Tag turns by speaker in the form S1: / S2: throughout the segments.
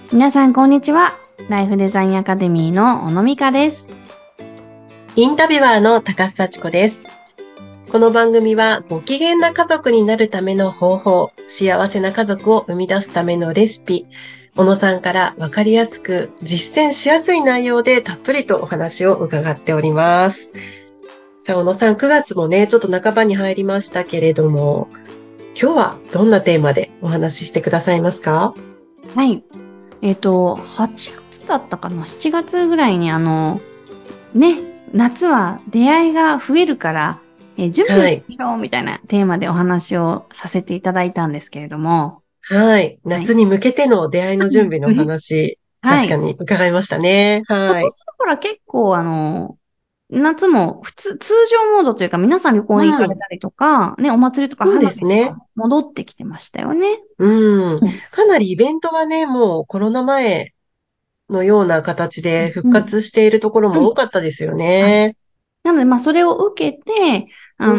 S1: 皆さんこんにちは。ライフデザインアカデミーの小野美香です。
S2: インタビュアーの高須幸子です。この番組はご機嫌な家族になるための方法、幸せな家族を生み出すためのレシピ、小野さんから分かりやすく実践しやすい内容でたっぷりとお話を伺っております。さあ小野さん、9月もね、ちょっと半ばに入りましたけれども、今日はどんなテーマでお話ししてくださいますか？
S1: はい。8月だったかな？ 7 月ぐらいに夏は出会いが増えるから、準備を
S2: はい。
S1: しようみたいなテーマでお話をさせていただいたんですけれども、
S2: はい。
S1: はい。
S2: 夏に向けての出会いの準備のお
S1: ね。
S2: 話、
S1: はい。
S2: 確かに伺いましたね。
S1: 今
S2: はい。
S1: 年だから結構夏も通常モードというか皆さん旅行に行かれ
S2: うん。
S1: たりとか、ね、お祭りとか
S2: そう
S1: 花
S2: ですね。
S1: 火とかも戻ってきてましたよね。
S2: うん。
S1: うん。
S2: かなりイベントはね、もうコロナ前のような形で復
S1: うん。
S2: 活しているところ
S1: うん。
S2: も多かったですよ
S1: はい。
S2: ね。
S1: なので、それを受けて、
S2: うん。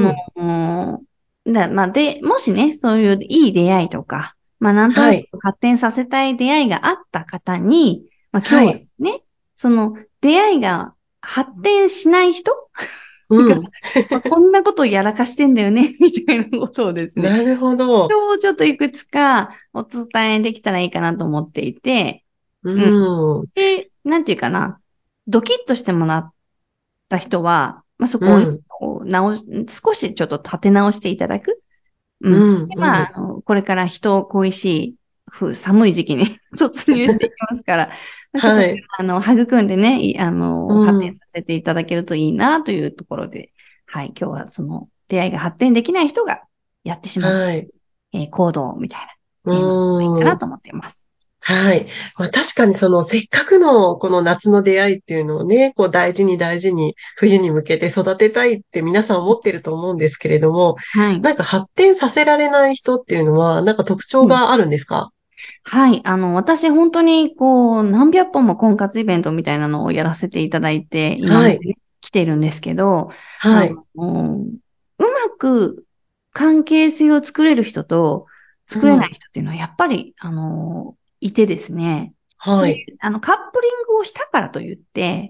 S1: もしね、そういういい出会いとか、なんとなく
S2: はい。
S1: 発展させたい出会いがあった方に、今日は
S2: はい。
S1: ね、その出会いが発展しない人が、
S2: うん。
S1: こんなことをやらかしてんだよね、みたいなことをですね、
S2: なるほど。
S1: 今日ちょっといくつかお伝えできたらいいかなと思っていて、
S2: う
S1: うん。
S2: ん。
S1: で、なんていうかな、ドキッとしてもらった人は、そこをね、
S2: うん。
S1: 少しちょっと立て直していただく。うん。で、
S2: うん。うん。
S1: これから人を恋しい寒い時期に突入していきますから、そこか
S2: はい。
S1: ら、育んでね、
S2: う
S1: 発展
S2: ん。
S1: させていただけるといいなというところで、はい、今日はその出会いが発展できない人がやってしまう、
S2: はい。
S1: 行動みたいな
S2: う
S1: テーマがいいかな
S2: ん。
S1: と思っています。
S2: はい。確かにそのせっかくのこの夏の出会いっていうのをね、こう大事に大事に冬に向けて育てたいって皆さん思ってると思うんですけれども、
S1: はい。
S2: なんか発展させられない人っていうのは、なんか特徴
S1: うん。
S2: があるんですか？
S1: はい。私本当に何百本も婚活イベントみたいなのをやらせていただいて、今
S2: はい。
S1: までね来てるんですけど、
S2: はい。
S1: うまく関係性を作れる人と
S2: う
S1: 作れない
S2: ん。
S1: 人っていうのはやっぱり、いてですね。で、
S2: はい。
S1: カップリングをしたからといって、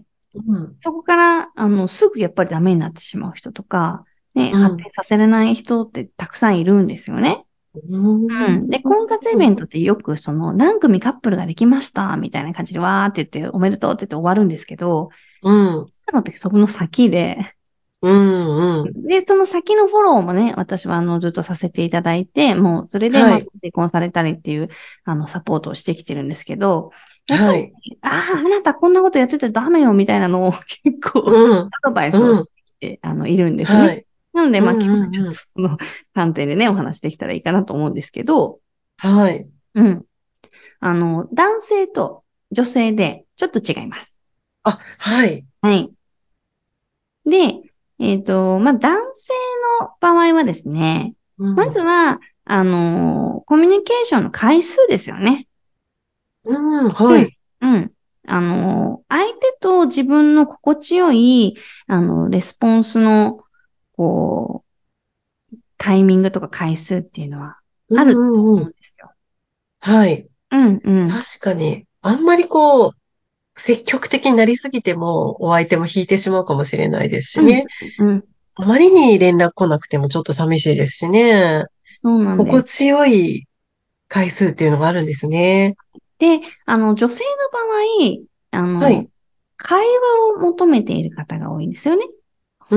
S2: うん。
S1: そこから、すぐやっぱりダメになってしまう人とか、ね、発
S2: うん。
S1: 展させれない人ってたくさんいるんですよね。
S2: う
S1: うん。で、婚活イベント
S2: ん。
S1: ってよく何組カップルができました、みたいな感じでわーって言って、おめでとうって言って終わるんですけど、
S2: うん。
S1: そういうのってそこの先で、
S2: うん。うん。
S1: で、その先のフォローもね、私はずっとさせていただいて、もうそれで
S2: はい。
S1: 成婚されたりっていう、サポートをしてきてるんですけど、やっぱり、
S2: はい。
S1: あなたこんなことやっててダメよ、みたいなのを結構、
S2: うん。
S1: アドバイスをして
S2: うん。
S1: きて、いるんですね。
S2: はい。
S1: なので、
S2: うん。
S1: 今日はちょっと
S2: うん。
S1: その観点でね、お話できたらいいかなと思うんですけど、
S2: はい。
S1: うん。男性と女性でちょっと違います。
S2: あ、はい。
S1: はい。で、男性の場合はですね、まず
S2: うん。
S1: は、コミュニケーションの回数ですよね。
S2: うん。は
S1: うん。
S2: い。
S1: うん。相手と自分の心地よい、レスポンスの、こタイミングとか回数っていうのは
S2: うん。
S1: あると
S2: うん。うん。
S1: 思うんですよ。
S2: はい。
S1: うん、うん。
S2: 確かに、あんまりこう、積極的になりすぎても、お相手も引いてしまうかもしれないですし
S1: うん、
S2: ね。
S1: うん。
S2: あまりに連絡来なくてもちょっと寂しいですしね。
S1: そうなんです。
S2: 心地よい回数っていうのがあるんですね。
S1: で、女性の場合、あの、
S2: はい。
S1: 会話を求めている方が多いんですよね。
S2: うん。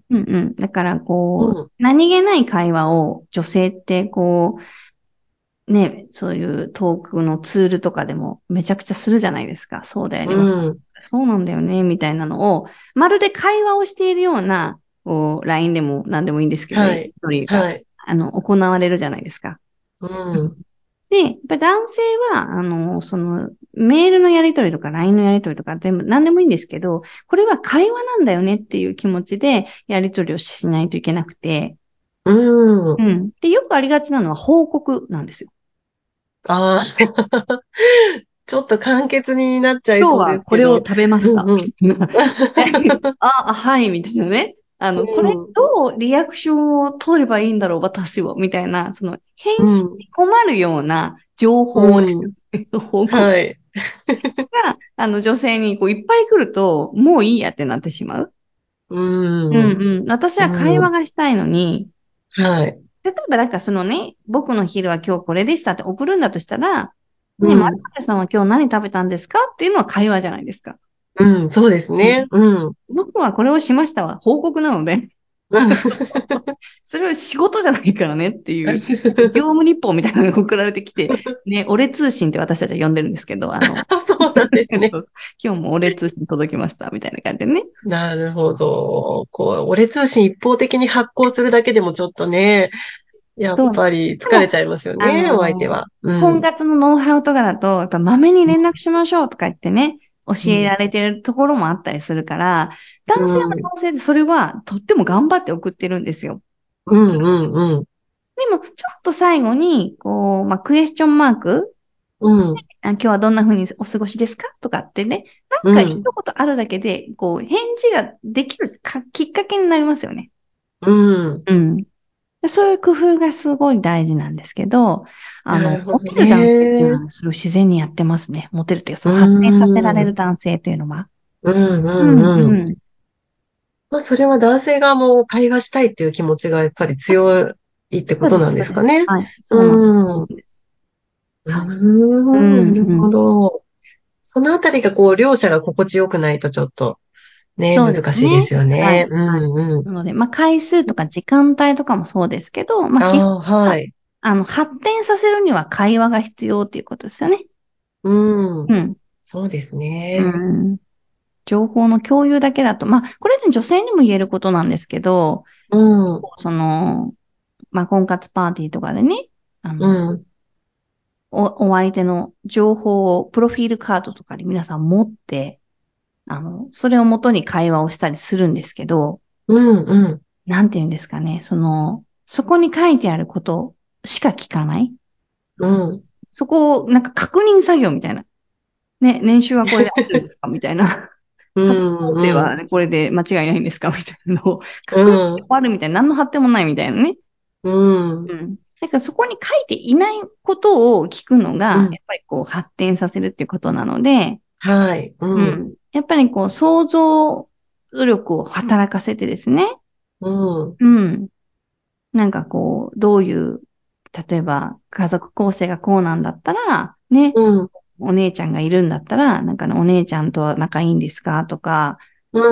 S1: うんうん。だから、
S2: うん。
S1: 何気ない会話を女性ってね、そういうトークのツールとかでもめちゃくちゃするじゃないですか。そうだよ
S2: う
S1: ね。
S2: ん。
S1: そうなんだよね。みたいなのを、まるで会話をしているような、LINE でも何でもいいんですけど、やり
S2: はい。
S1: 取りが、
S2: はい。
S1: 行われるじゃないですか。
S2: うん。
S1: で、やっぱり男性は、メールのやり取りとか LINE のやり取りとか全部何でもいいんですけど、これは会話なんだよねっていう気持ちでやり取りをしないといけなくて、
S2: うん。
S1: うん。で、よくありがちなのは報告なんですよ。
S2: ああ、ちょっと簡潔になっちゃい
S1: 今日
S2: そうで
S1: はこれを
S2: すけど。
S1: 食べました。
S2: うんうん。
S1: みたいなはい、みたいなね。これ
S2: うん。
S1: どうリアクションを取ればいいんだろう、私は。みたいな、返信
S2: うん。
S1: に困るような情報をね、
S2: うん。
S1: 報告
S2: はい。
S1: が、女性にこういっぱい来ると、もういいやってなってしまう。
S2: う
S1: うん
S2: ん。
S1: うん。私は会
S2: うん。
S1: 話がしたいのに、
S2: はい。
S1: 例えば、だからそのね、僕の昼は今日これでしたって送るんだとしたら、ね、まる
S2: うん。
S1: さんは今日何食べたんですかっていうのは会話じゃないですか。
S2: うん。そうです
S1: うん。
S2: ね。うん。
S1: 僕はこれをしましたは報告なので、
S2: うん。
S1: それは仕事じゃないからねっていう、業務日報みたいなのが送られてきて、ね、俺通信って私たちは呼んでるんですけど、
S2: あ、そうなんですね。
S1: 今日も俺通信届きましたみたいな感じでね。
S2: なるほど。こう、俺通信一方的に発行するだけでもちょっとね、やっ
S1: そう。
S2: ぱり
S1: でも、
S2: 疲れちゃいますよね、お相手は。う
S1: 婚
S2: ん。
S1: 活のノウハウとかだと、やっぱまめに連絡しましょうとか言ってね、教え
S2: うん。
S1: られてるところもあったりするから、男
S2: う
S1: 性は
S2: ん。
S1: 男性でそれはとっても頑張って送ってるんですよ。
S2: うん。うん。うん。
S1: でも、ちょっと最後に、こう、クエスチョンマーク、
S2: うん。
S1: 今日はどんな風にお過ごしですかとかってね、なん
S2: う
S1: か一
S2: ん。
S1: 言あるだけで、こう、返事ができるきっかけになりますよね。
S2: うん。
S1: うん。でそういう工夫がすごい大事なんですけど、モ
S2: なるほど
S1: テる男性っていう
S2: ね。
S1: のは、それを自然にやってますね。モテるっていうか、
S2: う
S1: そう発展させられ
S2: ん。
S1: る男性というのは。
S2: うん。う
S1: うん、
S2: ん。うん。
S1: うん。
S2: まあ、それは男性がもう会話したいっていう気持ちがやっぱり強いって
S1: そうです、
S2: ことなん
S1: そうです。
S2: ですかね。
S1: はい。そうなんです。そう
S2: うん。
S1: なんです。
S2: う
S1: はい。う
S2: ーん。な
S1: ん、
S2: るほ
S1: うん。
S2: ど。そのあたりがこう、両者が心地よくないとちょっとね、
S1: そう
S2: 難
S1: ですね。
S2: しいですよね。
S1: はい。
S2: う
S1: はい。
S2: んうん。
S1: なので、回数とか時間帯とかもそうですけど、基本
S2: ああ、は
S1: は、
S2: い。
S1: 発展させるには会話が必要っていうことですよね。
S2: うん。
S1: うん。
S2: そうです
S1: う
S2: ね。
S1: ん。情報の共有だけだと、これね、女性にも言えることなんですけど、
S2: うん。
S1: その、婚活パーティーとかでね、あ
S2: う
S1: の、
S2: ん。
S1: お相手の情報を、プロフィールカードとかに皆さん持って、それをもとに会話をしたりするんですけど、
S2: うんうん。
S1: なんて言うんですかね、そこに書いてあることしか聞かない。
S2: うん。
S1: そこを、なんか確認作業みたいな。ね、年収はこれで合ってるんですかみたいな。
S2: う
S1: 家族構成
S2: んうん。
S1: はこれで間違いないんですかみたいなのを
S2: う
S1: 確認して終
S2: ん。
S1: わるみたいな。何の発展もないみたいなね。
S2: うん。
S1: うん。なんかそこに書いていないことを聞くのが、や
S2: うん。
S1: っぱりこう発展させるっていうことなので、
S2: はい。うん。
S1: うん。やっぱりこう想像力を働かせてですね。
S2: うん。
S1: うん。なんかこう、どういう、例えば家族構成がこうなんだったら、ね、
S2: うん。
S1: お姉ちゃんがいるんだったら、なんかね、お姉ちゃんとは仲いいんですかとか、
S2: うん。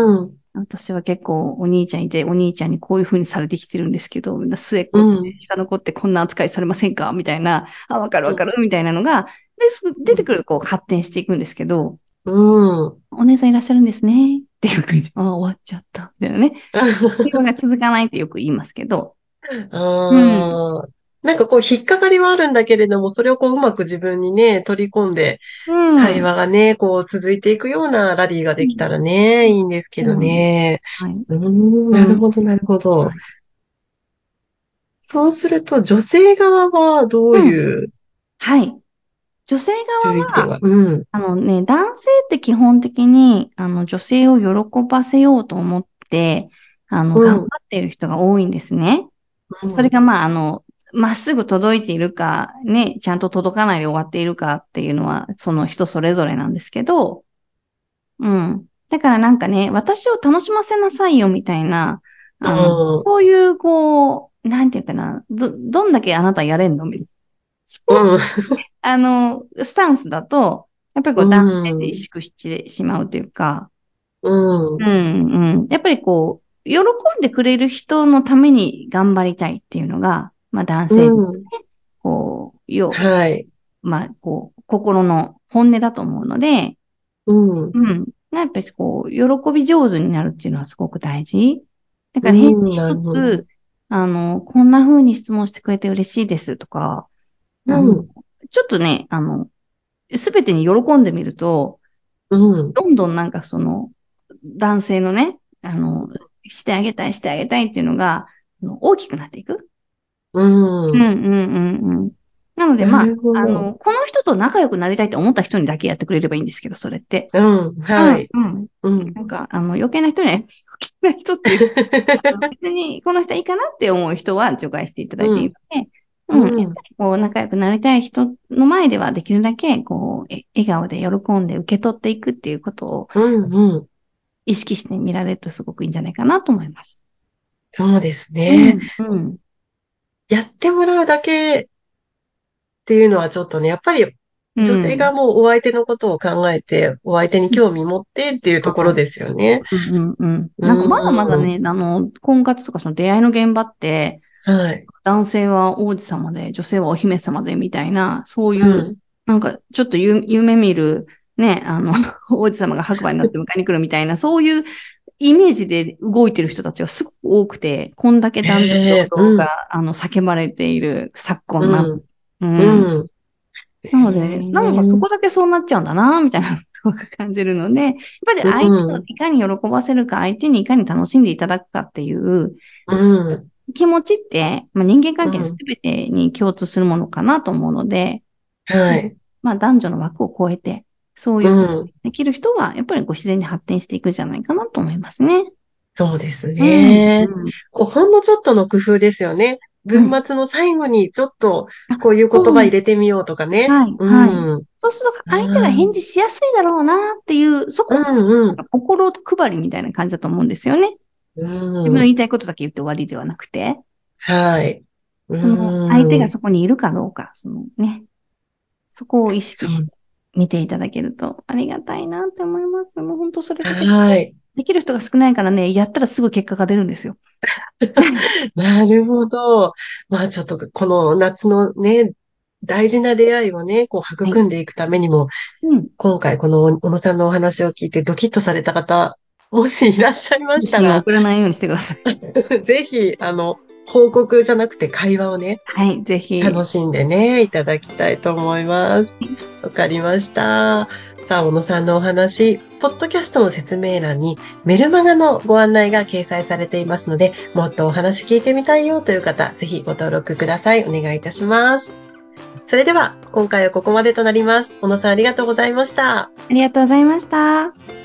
S1: 私は結構お兄ちゃんいて、お兄ちゃんにこういう風にされてきてるんですけど、みんな末っ子って
S2: うん。
S1: 下の子ってこんな扱いされませんかみたいな、あ、わかる
S2: うん。
S1: わかるみたいなのが、出てくるとこう発展していくんですけど、
S2: うん。
S1: お姉さんいらっしゃるんですね。っていう感じ。あ、終わっちゃった。みたいなね。会話が続かないってよく言いますけど、うん。
S2: ああ。なんかこう、引っかかりはあるんだけれども、それをこう、うまく自分にね、取り込んで、
S1: うん。
S2: 会話がね、こう、続いていくようなラリーができた
S1: うん。
S2: らね、いいんですけど
S1: そうなんです。
S2: ね。
S1: はい。
S2: なる
S1: うん。
S2: ほど、なるほど。
S1: はい。
S2: そうすると、女性側はどう
S1: うん。
S2: いう
S1: はい。女性側は、
S2: 注意点が、うん、
S1: 男性って基本的に、女性を喜ばせようと思って、
S2: う
S1: 頑張
S2: ん、
S1: っている人が多いんですね。
S2: うん、
S1: それがまっすぐ届いているか、ね、ちゃんと届かないで終わっているかっていうのは、その人それぞれなんですけど、うん。だからなんかね、私を楽しませなさいよみたいな、
S2: うん、
S1: そういう、こう、なんていうかな、どんだけあなたやれんのみたいな。そう
S2: うん、
S1: スタンスだと、やっぱりこ
S2: う
S1: う男性って萎
S2: ん、
S1: 縮してしまうというか、
S2: う
S1: う
S2: ん、
S1: んうん。やっぱりこう、喜んでくれる人のために頑張りたいっていうのが、男
S2: う
S1: 性陣、
S2: ん、
S1: こう、
S2: はい、
S1: こう、心の本音だと思うので、
S2: うん、
S1: うん。やっぱりこう、喜び上手になるっていうのはすごく大事。だから返事
S2: うん、なるほど。
S1: 一つ、こんな風に質問してくれて嬉しいですとか、あの、
S2: うん、
S1: ちょっとね、すべてに喜んでみると、
S2: うん、
S1: どんどんなんか男性のね、してあげたい、してあげたいっていうのが、大きくなっていく。
S2: うん、
S1: うんうんうんうん。なので、
S2: なるほど。
S1: この人と仲良くなりたいって思った人にだけやってくれればいいんですけど、それって。
S2: うん、
S1: うん
S2: はい、
S1: うん。
S2: うん。
S1: なんか、余計な人には、余計な人っていう、別にこの人いいかなって思う人は除外していただいていい
S2: うん、
S1: ので、 うん。やっぱ
S2: うん。
S1: りこう、仲良くなりたい人の前ではできるだけ、こう、笑顔で喜んで受け取っていくっていうことを
S2: うん。うん。
S1: 意識して見られるとすごくいいんじゃないかなと思います。
S2: そうですね。
S1: うん、うん、
S2: やってもらうだけっていうのはちょっとね、やっぱり
S1: う
S2: 女性が
S1: ん。
S2: もうお相手のことを考えて、お相手に興味持ってっていうところですよね。
S1: うん、うん、うん。
S2: う
S1: なんかまだまだ
S2: ーん。
S1: ね、婚活とかその出会いの現場って、
S2: はい。
S1: 男性は王子様で、女性はお姫様でみたいな、そういう、
S2: うん。
S1: なんかちょっと夢見る、ね、王子様が白馬になって迎えに来るみたいな、そういうイメージで動いてる人たちがすごく多くて、こんだけ男女平
S2: へえ、
S1: 等が、
S2: うん。
S1: 叫ばれている昨今なの。
S2: うん。
S1: うん。
S2: うん。
S1: なので、なんかそ
S2: へえ。
S1: こだけそうなっちゃうんだな、みたいなのを感じるので、やっぱり
S2: う
S1: 相手を
S2: ん。
S1: いかに喜ばせるか、相手にいかに楽しんでいただくかっていう、
S2: うん。
S1: 気持ちって、まあ、人間関係のす
S2: うん。
S1: べてに共通するものかなと思うので、うん、
S2: はい。
S1: まあ男女の枠を超えて、そうい
S2: う
S1: うことが
S2: ん。
S1: できる人は、やっぱりこう自然に発展していくんじゃないかなと思いますね。
S2: そうです
S1: うん、
S2: ね。
S1: うん、
S2: こうほんのちょっとの工夫ですよね。
S1: うん。
S2: 文末の最後にちょっと
S1: あ、
S2: こういう言葉入
S1: そう、
S2: れてみようとかね。
S1: はい、はい。
S2: うん。
S1: そうすると相手が返
S2: あ
S1: 事しやすいだろうなっていう、そ
S2: あ、う
S1: こ
S2: んうん。
S1: が心配りみたいな感じだと思うんですよね。
S2: う
S1: 自分の
S2: ん。
S1: 言いたいことだけ言って終わりではなくて、
S2: はい。う
S1: その相手が
S2: ん。
S1: そこにいるかどうか、そのね、そこを意識
S2: そう。
S1: して見ていただけるとありがたいなって思います。もう本当それだけで
S2: はい。
S1: できる人が少ないからね、やったらすぐ結果が出るんですよ。
S2: なるほど。まあちょっとこの夏のね、大事な出会いをね、こう
S1: はい。
S2: 育んでいくためにも、
S1: うん。
S2: 今回この小野さんのお話を聞いてドキッとされた方、もしいらっしゃいま
S1: 不審を
S2: したら、
S1: 送らないようにしてください。
S2: ぜひ、報告じゃなくて会話をね、
S1: はい、ぜひ。
S2: 楽しんでね、いただきたいと思います。わかりました。さあ、小野さんのお話、ポッドキャストの説明欄にメルマガのご案内が掲載されていますので、もっとお話聞いてみたいよという方、ぜひご登録ください。お願いいたします。それでは、今回はここまでとなります。小野さんありがとうございました。
S1: ありがとうございました。